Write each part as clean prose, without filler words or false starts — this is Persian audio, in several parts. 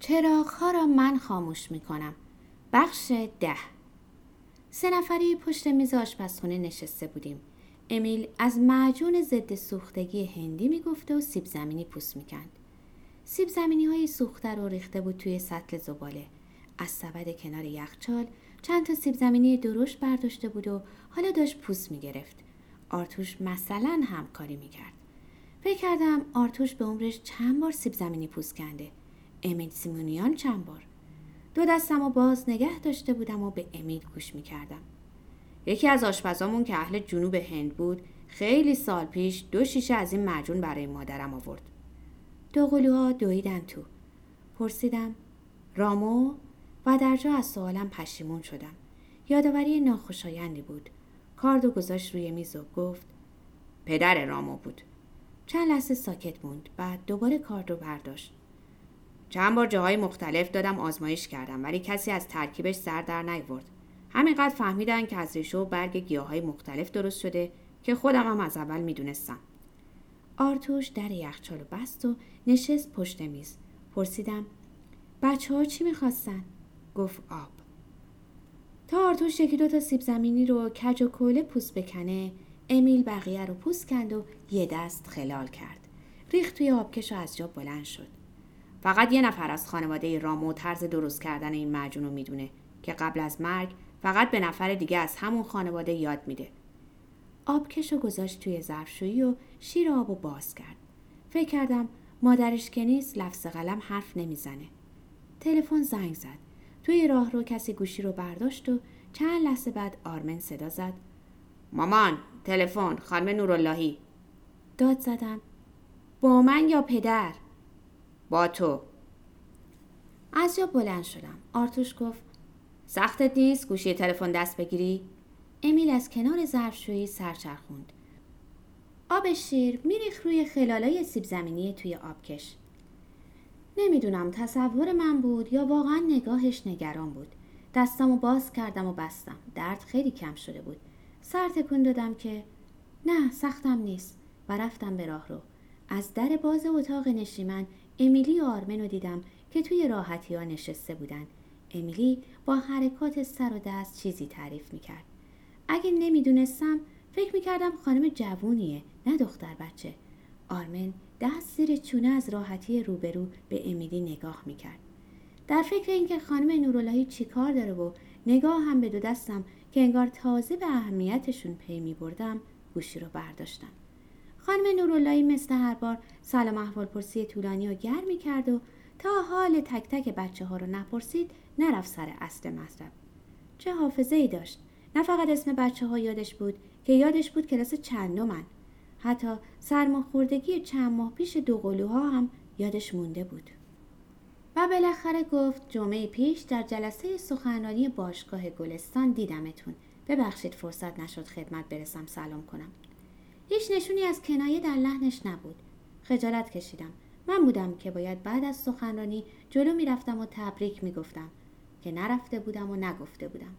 چراغ‌ها را من خاموش می‌کنم. بخش 10. 3 نفری پشت میز آشپزخونه نشسته بودیم. امیل از معجون ضد سوختگی هندی میگفت و سیب زمینی پوست میکند. سیب زمینی‌های سوخته رو ریخته بود توی سطل زباله. از سبد کنار یخچال چند تا سیب زمینی درشت برداشته بود و حالا داشت پوست میگرفت. آرتوش مثلا همکاری میکرد. فکر کردم آرتوش به عمرش چند بار سیب زمینی پوست کنده. امیل سیمونیان چند بار. 2 دستمو باز نگه داشته بودم و به امیل گوش میکردم. یکی از آشپزامون که اهل جنوب هند بود خیلی سال پیش 2 شیشه از این معجون برای مادرم آورد. دوقلوها دویدن تو. پرسیدم رامو؟ و در جا از سوالم پشیمون شدم. یادآوری ناخوشایندی بود. کاردو گذاشت روی میز و گفت پدر رامو بود. چند لحظه ساکت موند. بعد دوباره کاردو برداشت. چند بار جاهای مختلف دادم آزمایش کردم ولی کسی از ترکیبش سر در نیاورد. همینقدر فهمیدن که از ریشه و برگ گیاهای مختلف درست شده که خودم هم از اول میدونستم. آرتوش در یخچال بست و نشست پشت میز. پرسیدم بچه‌ها چی می‌خواستن؟ گفت آب. تا آرتوش 1-2 تا سیب زمینی رو کج و کوله پوست بکنه، امیل بقیه رو پوست کند و یه دست خلال کرد. ریخت توی آبکش و از جا بلند شد. فقط 1 نفر از خانواده رامو طرز درست کردن این معجون رو میدونه که قبل از مرگ فقط به نفر دیگه از همون خانواده یاد میده. آبکش رو گذاشت توی ظرفشویی و شیر آبو باز کرد. فکر کردم مادرش که نیست لفظ قلم حرف نمیزنه. تلفن زنگ زد. توی راهرو کسی گوشی رو برداشت و چند لحظه بعد آرمن صدا زد. مامان، تلفن، خانم نوراللهی. داد زدم. با من یا پدر؟ با تو. از جا بلند شدم. آرتوش گفت سختت نیست گوشی تلفن دست بگیری؟ امیل از کنار ظرفشویی سر چرخوند. آب شیر میریخت روی خلالای سیب زمینی توی آبکش. نمیدونم تصور من بود یا واقعا نگاهش نگران بود. دستمو باز کردم و بستم. درد خیلی کم شده بود. سر تکون دادم که نه سختم نیست و رفتم به راهرو. از در باز اتاق نشیمن امیلی و آرمن رو دیدم که توی راحتی‌ها نشسته بودن. امیلی با حرکات سر و دست چیزی تعریف میکرد. اگه نمیدونستم فکر میکردم خانم جوونیه نه دختر بچه. آرمن دست زیر چونه از راحتی روبرو به امیلی نگاه میکرد. در فکر اینکه خانم نوراللهی چی کار داره و نگاه هم به 2 دستم که انگار تازه به اهمیتشون پی میبردم گوشی رو برداشتم. خانم نوراللهی مثل هر بار سلام احوالپرسی طولانی و گرمی کرد و تا حال تک تک بچه ها رو نپرسید نرفت سر اصل مطلب. چه حافظه‌ای داشت. نه فقط اسم بچه ها یادش بود که یادش بود کلاس چندمن. حتی سرماخوردگی چند ماه پیش دوقلوها هم یادش مونده بود. و بالاخره گفت جمعه پیش در جلسه سخنرانی باشگاه گلستان دیدمتون. ببخشید فرصت نشد خدمت برسم سلام کنم. هیچ نشونی از کنایه در لحنش نبود. خجالت کشیدم. من بودم که باید بعد از سخنرانی جلو میرفتم و تبریک میگفتم که نرفته بودم و نگفته بودم.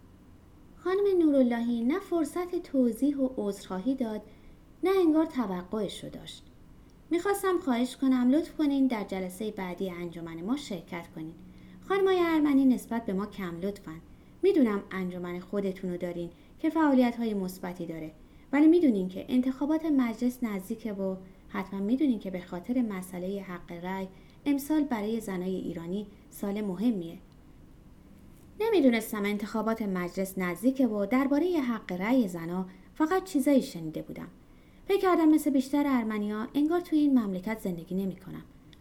خانم نوراللهی نه فرصت توضیح و عذرخواهی داد نه انگار توقعش رو داشت. میخواستم خواهش کنم لطف کنین در جلسه بعدی انجمن ما شرکت کنین. خانمای ارمنی نسبت به ما کم لطفن. میدونم انجمن خودتونو دارین که فعالیت‌های مثبتی داره ولی میدونین که انتخابات مجلس نزدیکه و حتما میدونین که به خاطر مسئله حق رأی امسال برای زنای ایرانی سال مهمیه. نمیدونستم انتخابات مجلس نزدیکه و درباره حق رأی زنا فقط چیزایی شنیده بودم. فکر کردم مثل بیشتر ارمنی‌ها انگار توی این مملکت زندگی نمی‌کنم.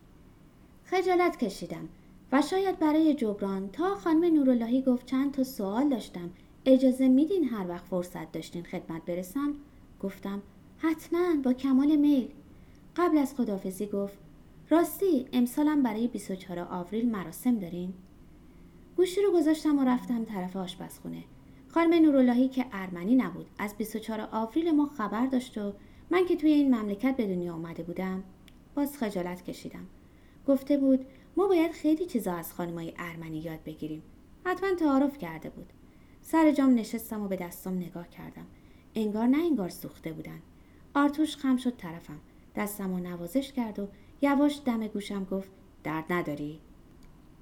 خجالت کشیدم و شاید برای جبران تا خانم نوراللهی گفت چند تا سوال داشتم اجازه میدین هر وقت فرصت داشتین خدمت برسم؟ گفتم حتما با کمال میل. قبل از خداحافظی گفت راستی امسالم برای 24 آوریل مراسم دارین؟ گوشی رو گذاشتم و رفتم طرف آشپزخونه. خانم نوراللهی که ارمنی نبود از 24 آوریل ما خبر داشت و من که توی این مملکت به دنیا آمده بودم باز خجالت کشیدم. گفته بود ما باید خیلی چیزا از خانمای ارمنی یاد بگیریم. حتما تعارف کرده بود. سر جام نشستم و به دستام نگاه کردم. انگار نه انگار سوخته بودن. آرتوش خم شد طرفم. دستمو نوازش کرد و یواش دم گوشم گفت درد نداری؟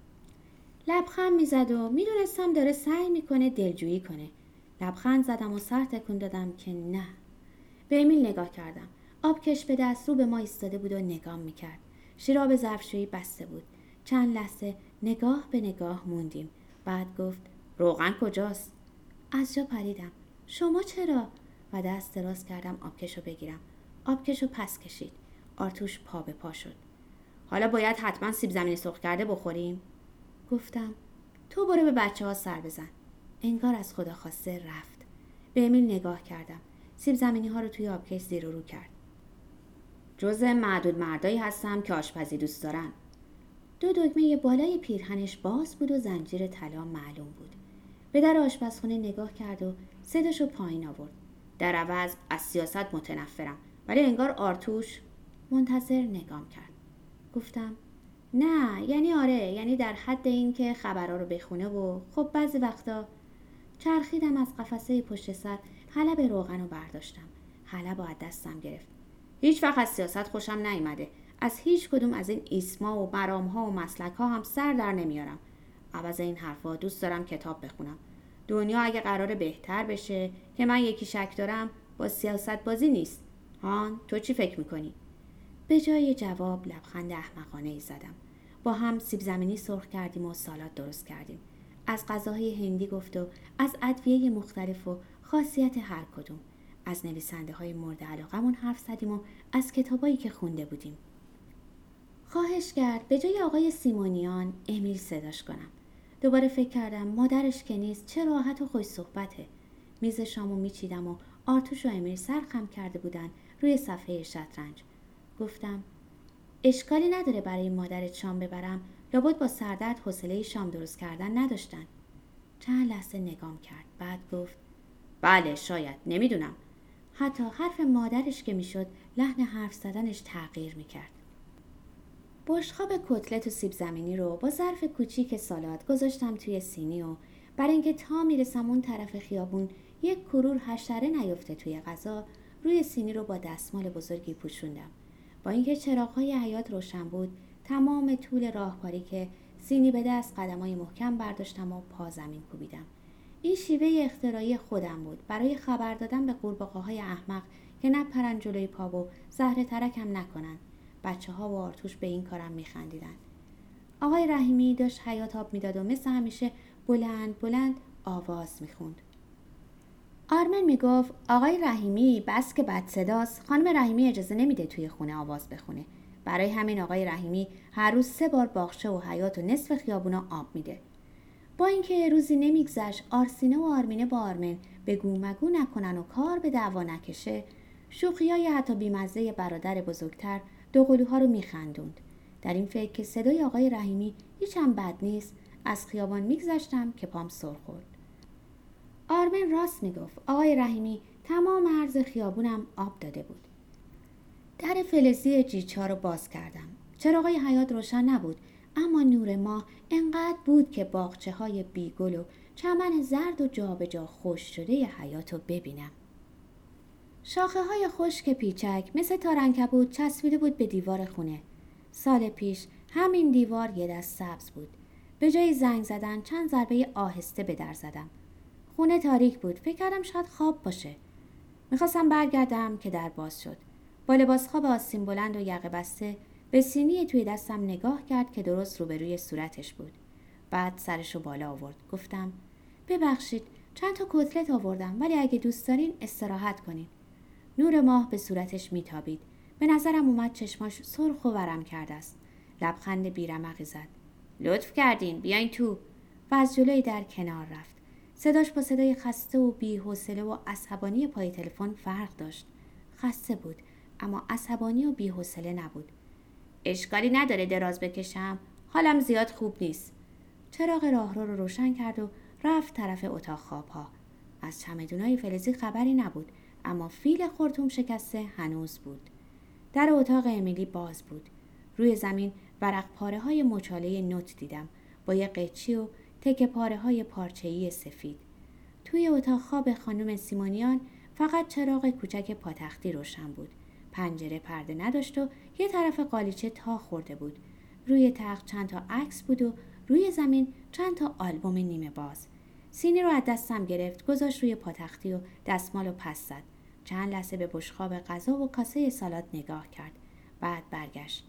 لبخند میزد و میدونستم داره سعی میکنه دلجویی کنه. لبخند زدم و سر تکون دادم که نه. به امیل نگاه کردم. آبکش به دست رو به ما ایستاده بود و نگام میکرد. شیراب ظرفشویی بسته بود. چند لحظه نگاه به نگاه موندیم. بعد گفت روغن کجاست؟ از جا پریدم. شما چرا؟ و دست دراز کردم آبکشو بگیرم. آبکشو پس کشید. آرتوش پا به پا شد. حالا باید حتما سیب زمینی سرخ کرده بخوریم؟ گفتم تو برو به بچه‌ها سر بزن. انگار از خدا خواسته رفت. به امیل نگاه کردم. سیب زمینی ها رو توی آبکش زیر و رو کرد. جزء معدود مردایی هستم که آشپزی دوست دارن. دو دکمه بالای پیرهنش باز بود و زنجیر طلا معلوم بود. به در آشپزخونه نگاه کرد و صداشو پایین آورد. در عوض از سیاست متنفرم، ولی انگار آرتوش. منتظر نگام کرد. گفتم نه، یعنی آره، یعنی در حد این که خبرها رو بخونه و خب بعضی وقتا. چرخیدم از قفسه پشت سر حلب روغن رو برداشتم. حلب رو از دستم گرفت. هیچ وقت از سیاست خوشم نیامده. از هیچ کدوم از این ایسما و مرامها و مسلک‌ها هم سر در نمیارم. عوض این حرفا دوست دارم کتاب بخونم. دنیا اگه قراره بهتر بشه که من یکی شک دارم با سیاست بازی نیست. هان تو چی فکر میکنی؟ به جای جواب لبخند احمقانه‌ای زدم. با هم سیب زمینی سرخ کردیم و سالاد درست کردیم. از غذاهای هندی گفت و از ادویه مختلف و خاصیت هر کدوم. از نویسنده های مورد علاقمون حرف زدیم و از کتابایی که خونده بودیم. خواهش کرد به جای آقای سیمونیان امیل صداش کنم. دوباره فکر کردم مادرش که نیست چه راحت و خوش صحبته. میز شامو میچیدم و آرتوش و امیل سر خم کرده بودن روی صفحه شطرنج. گفتم اشکالی نداره برای مادرت شام ببرم، لابد با سردرد حوصله شام درست کردن نداشتن. چند لحظه نگام کرد. بعد گفت بله شاید، نمیدونم. حتی حرف مادرش که میشد لحن حرف زدنش تغییر میکرد. بشقاب کتلت و سیب زمینی رو با ظرف کوچیک سالاد گذاشتم توی سینی و برای اینکه تا میرسم اون طرف خیابون یک کرور حشره نیفته توی غذا، روی سینی رو با دستمال بزرگی پوشوندم. با اینکه چراغ‌های حیاط روشن بود، تمام طول راهکاری که سینی به دست قدمای محکم برداشتم و پا زمین کوبیدم. این شیوه اختراعی خودم بود برای خبر دادن به قورباغه‌های احمق که نپرن جلوی پا و زهر ترکم نکنن. بچه‌ها و آرتوش به این کارم می‌خندیدن. آقای رحیمی داشت حیاط آب میداد و مثل همیشه بلند بلند آواز می‌خوند. آرمن میگفت آقای رحیمی بس که بد صداست، خانم رحیمی اجازه نمیده توی خونه آواز بخونه. برای همین آقای رحیمی هر روز 3 بار باغچه و حیاط و نصف خیابونا آب میده. با اینکه روزی نمیگذشت آرسینه و آرمینه با آرمن بگو مگو نکنن و کار به دعوا نکشه، شوخیای حتی بیمزه برادر بزرگتر دوقلوها رو میخندوند. در این فکر که صدای آقای رحیمی هیچ هم بد نیست، از خیابان میگذشتم که پام سر خورد. آرمن راست میگفت. آقای رحیمی تمام عرض خیابونم آب داده بود. در فلزی جیچا رو باز کردم. چراغای حیاط روشن نبود، اما نور ماه انقدر بود که باغچه‌های بیگل و چمن زرد و جابجا خوش شده حیاط رو ببینم. شاخه‌های خشک پیچک مثل تارعنکبوت چسبیده بود به دیوار خونه. سال پیش همین دیوار یه دست سبز بود. به جای زنگ زدن چند ضربه آهسته به در زدم. خونه تاریک بود. فکر کردم شاید خواب باشه. میخواستم برگردم که در باز شد. با لباس خواب آستین بلند و یقه بسته به سینی توی دستم نگاه کرد که درست روبروی صورتش بود. بعد سرشو بالا آورد. گفتم ببخشید چند تا کتلت آوردم، ولی اگه دوست دارین استراحت کنین. نور ماه به صورتش میتابید. به نظرم اومد چشماش سرخ و ورم کرده است. لبخند بیرمقی زد. لطف کردین، بیاین تو. و از جلوی در کنار رفت. صداش با صدای خسته و بی‌حوصله و عصبانی پای تلفن فرق داشت. خسته بود، اما عصبانی و بی‌حوصله نبود. اشکالی نداره دراز بکشم؟ حالم زیاد خوب نیست. چراغ راهرو رو روشن کرد و رفت طرف اتاق خواب‌ها. از چمدونای فلزی خبری نبود، اما فیل خرطوم شکسته هنوز بود. در اتاق امیلی باز بود. روی زمین ورق پاره‌های مچاله نوت دیدم با یه قیچی و تکه پاره‌های پارچه‌ای سفید. توی اتاق خواب خانم سیمونیان فقط چراغ کوچک پاتختی روشن بود. پنجره پرده نداشت و یه طرف قالیچه تا خورده بود. روی تخت چند تا عکس بود و روی زمین چند تا آلبوم نیمه باز. سینی رو از دستم گرفت، گذاشت روی پاتختی و دستمالو پس زد. چند لحظه به بشقاب غذا و کاسه سالاد نگاه کرد. بعد برگشت.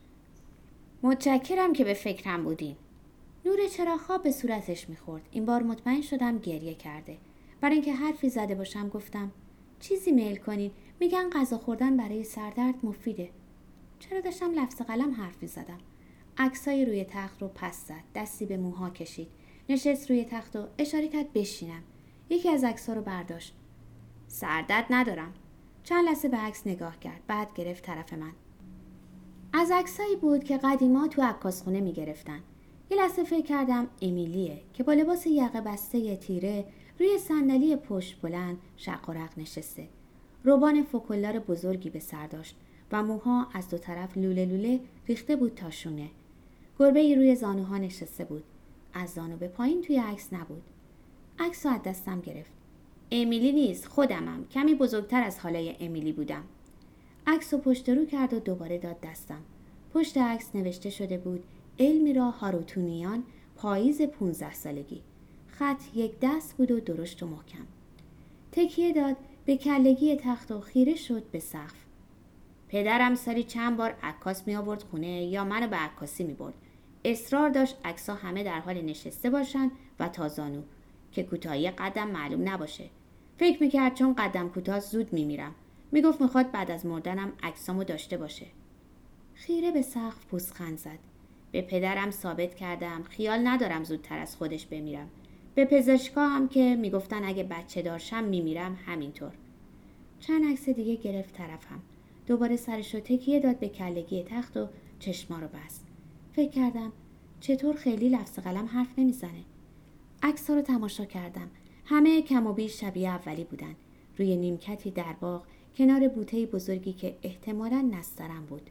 متشکرم که به فکرم بودین. نور چراغ‌ها به صورتش میخورد. این بار مطمئن شدم گریه کرده. برای اینکه حرفی زده باشم گفتم چیزی میل کنین؟ میگن غذا خوردن برای سردرد مفیده. چرا داشتم لفظ قلم حرفی زدم؟ عکسای روی تخت رو پس زد. دستی به موها کشید. نشست روی تخت و اشاره کرد بشینم. یکی از عکس‌ها رو برداشت. سردرد ندارم. چند لحظه به عکس نگاه کرد. بعد گرفت طرف من. از عکسایی بود که قدیما تو عکاسخونه میگرفتن. یه لحظه فکر کردم امیلیه که با لباس یقه بسته تیره روی صندلی پشت بلند شق و رق نشسته. روبان فوکولار بزرگی به سر داشت و موها از دو طرف لوله لوله ریخته بود تا شونه. گربه‌ای روی زانوها نشسته بود. از زانو به پایین توی عکس نبود. عکس رو از دستم گرفت. امیلی نیست، خودمم. کمی بزرگتر از حالای امیلی بودم. عکس رو پشت رو کرد و دوباره داد دستم. پشت عکس نوشته شده بود المیرا هاروتونیان، پاییز 15 سالگی. خط یک دست بود و درشت و محکم. تکیه داد به کلگی تخت و خیره شد به سقف. پدرم سالی چند بار عکاس می آورد خونه یا منو به عکاسی می برد. اصرار داشت عکس‌ها همه در حال نشسته باشن و تا زانو که کوتاهی قدم معلوم نباشه. فکر میکرد چون قدم کوتاه زود میمیرم. میگفت میخواد بعد از مردنم عکسامو داشته باشه. خیره به سقف پوزخند زد. به پدرم ثابت کردم خیال ندارم زودتر از خودش بمیرم. به پزشکا هم که میگفتن اگه بچه دارشم میمیرم همینطور. چند عکس دیگه گرفت طرفم. دوباره سرشو تکیه داد به کلگی تخت و چشما رو بست. فکر کردم چطور خیلی لفظ قلم حرف نمیزنه. عکس‌ها رو تماشا کردم. همه کم و بیش شبیه اولی بودن. روی نیمکتی در باغ کنار بوته بزرگی که احتمالاً نسترن بود.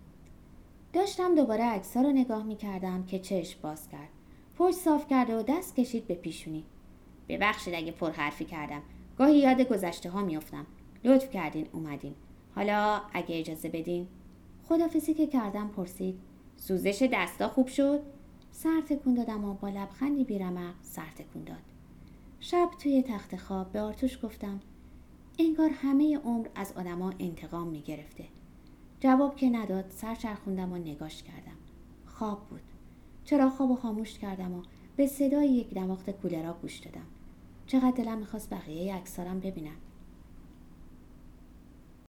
داشتم دوباره عکس‌ها رو نگاه می‌کردم که چشم باز کرد. پشت صاف کرد و دست کشید به پیشونی. ببخشید اگه پرحرفی کردم. گاهی یاد گذشته ها میافتم. لطف کردین اومدین. حالا اگه اجازه بدین. خدافظی که کردم پرسید سوزش دستا خوب شد؟ سر تکون دادم و با لبخندی بی‌رمق سر تکون داد. شب توی تخت خواب به آرتوش گفتم انگار همه عمر از آدما انتقام میگرفته. جواب که نداد سر چرخوندم و نگاش کردم. خواب بود. چراغ خوابو خاموش کردم و به صدای یک دماغت کولرا گوش دادم. چقدر دلم میخواست بقیه عکسارم ببینم.